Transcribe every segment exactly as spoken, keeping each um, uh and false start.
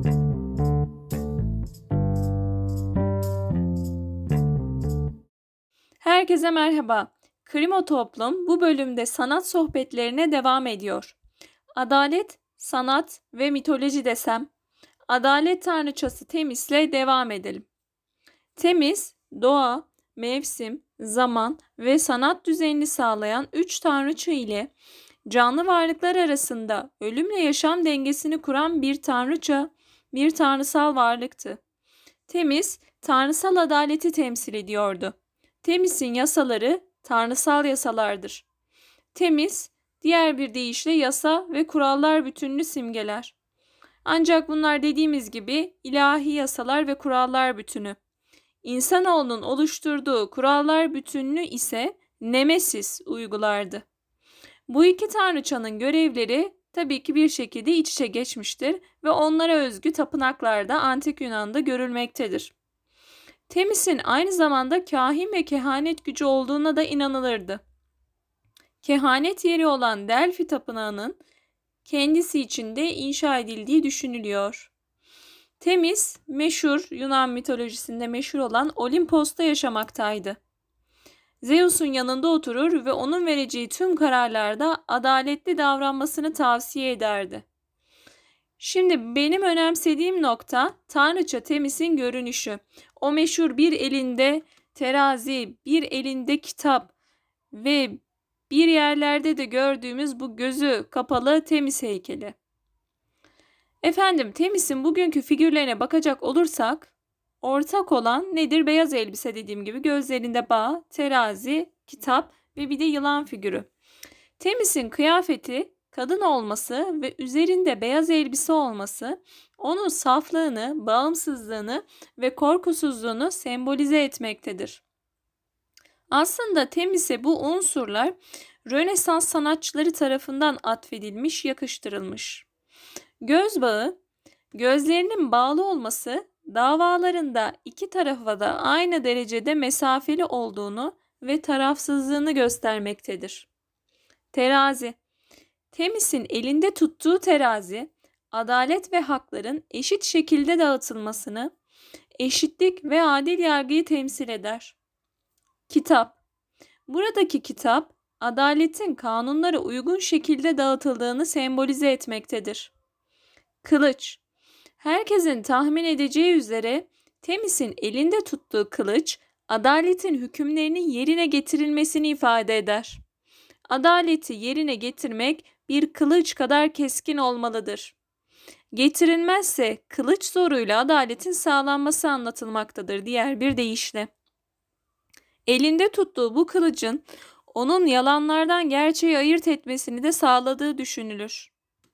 Herkese merhaba. Krimo Toplum bu bölümde sanat sohbetlerine devam ediyor. Adalet, sanat ve mitoloji desem, adalet tanrıçası Temis'le devam edelim. Temis, doğa, mevsim, zaman ve sanat düzenini sağlayan üç tanrıça ile canlı varlıklar arasında ölümle yaşam dengesini kuran bir tanrıça, bir tanrısal varlıktı. Temis, tanrısal adaleti temsil ediyordu. Temis'in yasaları tanrısal yasalardır. Temis, diğer bir deyişle yasa ve kurallar bütününü simgeler. Ancak bunlar dediğimiz gibi ilahi yasalar ve kurallar bütünü. İnsanoğlunun oluşturduğu kurallar bütününü ise Nemesis uygulardı. Bu iki tanrıçanın görevleri tabii ki bir şekilde iç içe geçmiştir ve onlara özgü tapınaklarda Antik Yunan'da görülmektedir. Temis'in aynı zamanda kahin ve kehanet gücü olduğuna da inanılırdı. Kehanet yeri olan Delphi Tapınağı'nın kendisi için de inşa edildiği düşünülüyor. Temis, meşhur Yunan mitolojisinde meşhur olan Olimpos'ta yaşamaktaydı. Zeus'un yanında oturur ve onun vereceği tüm kararlarda adaletli davranmasını tavsiye ederdi. Şimdi benim önemsediğim nokta tanrıça Temis'in görünüşü. O meşhur bir elinde terazi, bir elinde kitap ve bir yerlerde de gördüğümüz bu gözü kapalı Temis heykeli. Efendim, Temis'in bugünkü figürlerine bakacak olursak ortak olan nedir? Beyaz elbise, dediğim gibi gözlerinde bağ, terazi, kitap ve bir de yılan figürü. Temis'in kıyafeti kadın olması ve üzerinde beyaz elbise olması onun saflığını, bağımsızlığını ve korkusuzluğunu sembolize etmektedir. Aslında Temis'e bu unsurlar Rönesans sanatçıları tarafından atfedilmiş, yakıştırılmış. Göz bağı, gözlerinin bağlı olması davalarında iki tarafa da aynı derecede mesafeli olduğunu ve tarafsızlığını göstermektedir. Terazi, Temis'in elinde tuttuğu terazi, adalet ve hakların eşit şekilde dağıtılmasını, eşitlik ve adil yargıyı temsil eder. Kitap, buradaki kitap, adaletin kanunlara uygun şekilde dağıtıldığını sembolize etmektedir. Kılıç, herkesin tahmin edeceği üzere Temis'in elinde tuttuğu kılıç, adaletin hükümlerinin yerine getirilmesini ifade eder. Adaleti yerine getirmek bir kılıç kadar keskin olmalıdır. Getirilmezse kılıç zoruyla adaletin sağlanması anlatılmaktadır diğer bir deyişle. Elinde tuttuğu bu kılıcın onun yalanlardan gerçeği ayırt etmesini de sağladığı düşünülür.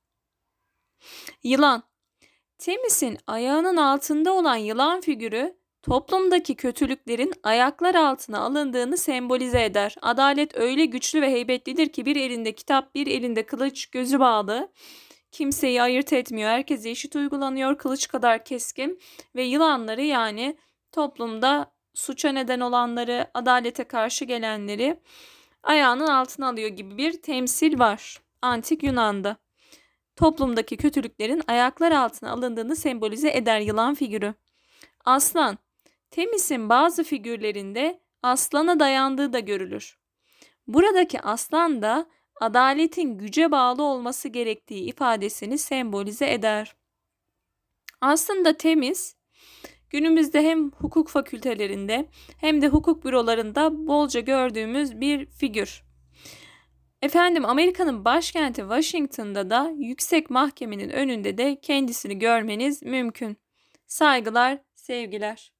Yılan, Temis'in ayağının altında olan yılan figürü toplumdaki kötülüklerin ayaklar altına alındığını sembolize eder. Adalet öyle güçlü ve heybetlidir ki bir elinde kitap, bir elinde kılıç, gözü bağlı. Kimseyi ayırt etmiyor. Herkese eşit uygulanıyor. Kılıç kadar keskin ve yılanları, yani toplumda suça neden olanları, adalete karşı gelenleri ayağının altına alıyor gibi bir temsil var Antik Yunan'da. Toplumdaki kötülüklerin ayaklar altına alındığını sembolize eder yılan figürü. Aslan, Temis'in bazı figürlerinde aslana dayandığı da görülür. Buradaki aslan da adaletin güce bağlı olması gerektiği ifadesini sembolize eder. Aslında Temis, günümüzde hem hukuk fakültelerinde hem de hukuk bürolarında bolca gördüğümüz bir figür. Efendim, Amerika'nın başkenti Washington'da da yüksek mahkemenin önünde de kendisini görmeniz mümkün. Saygılar, sevgiler.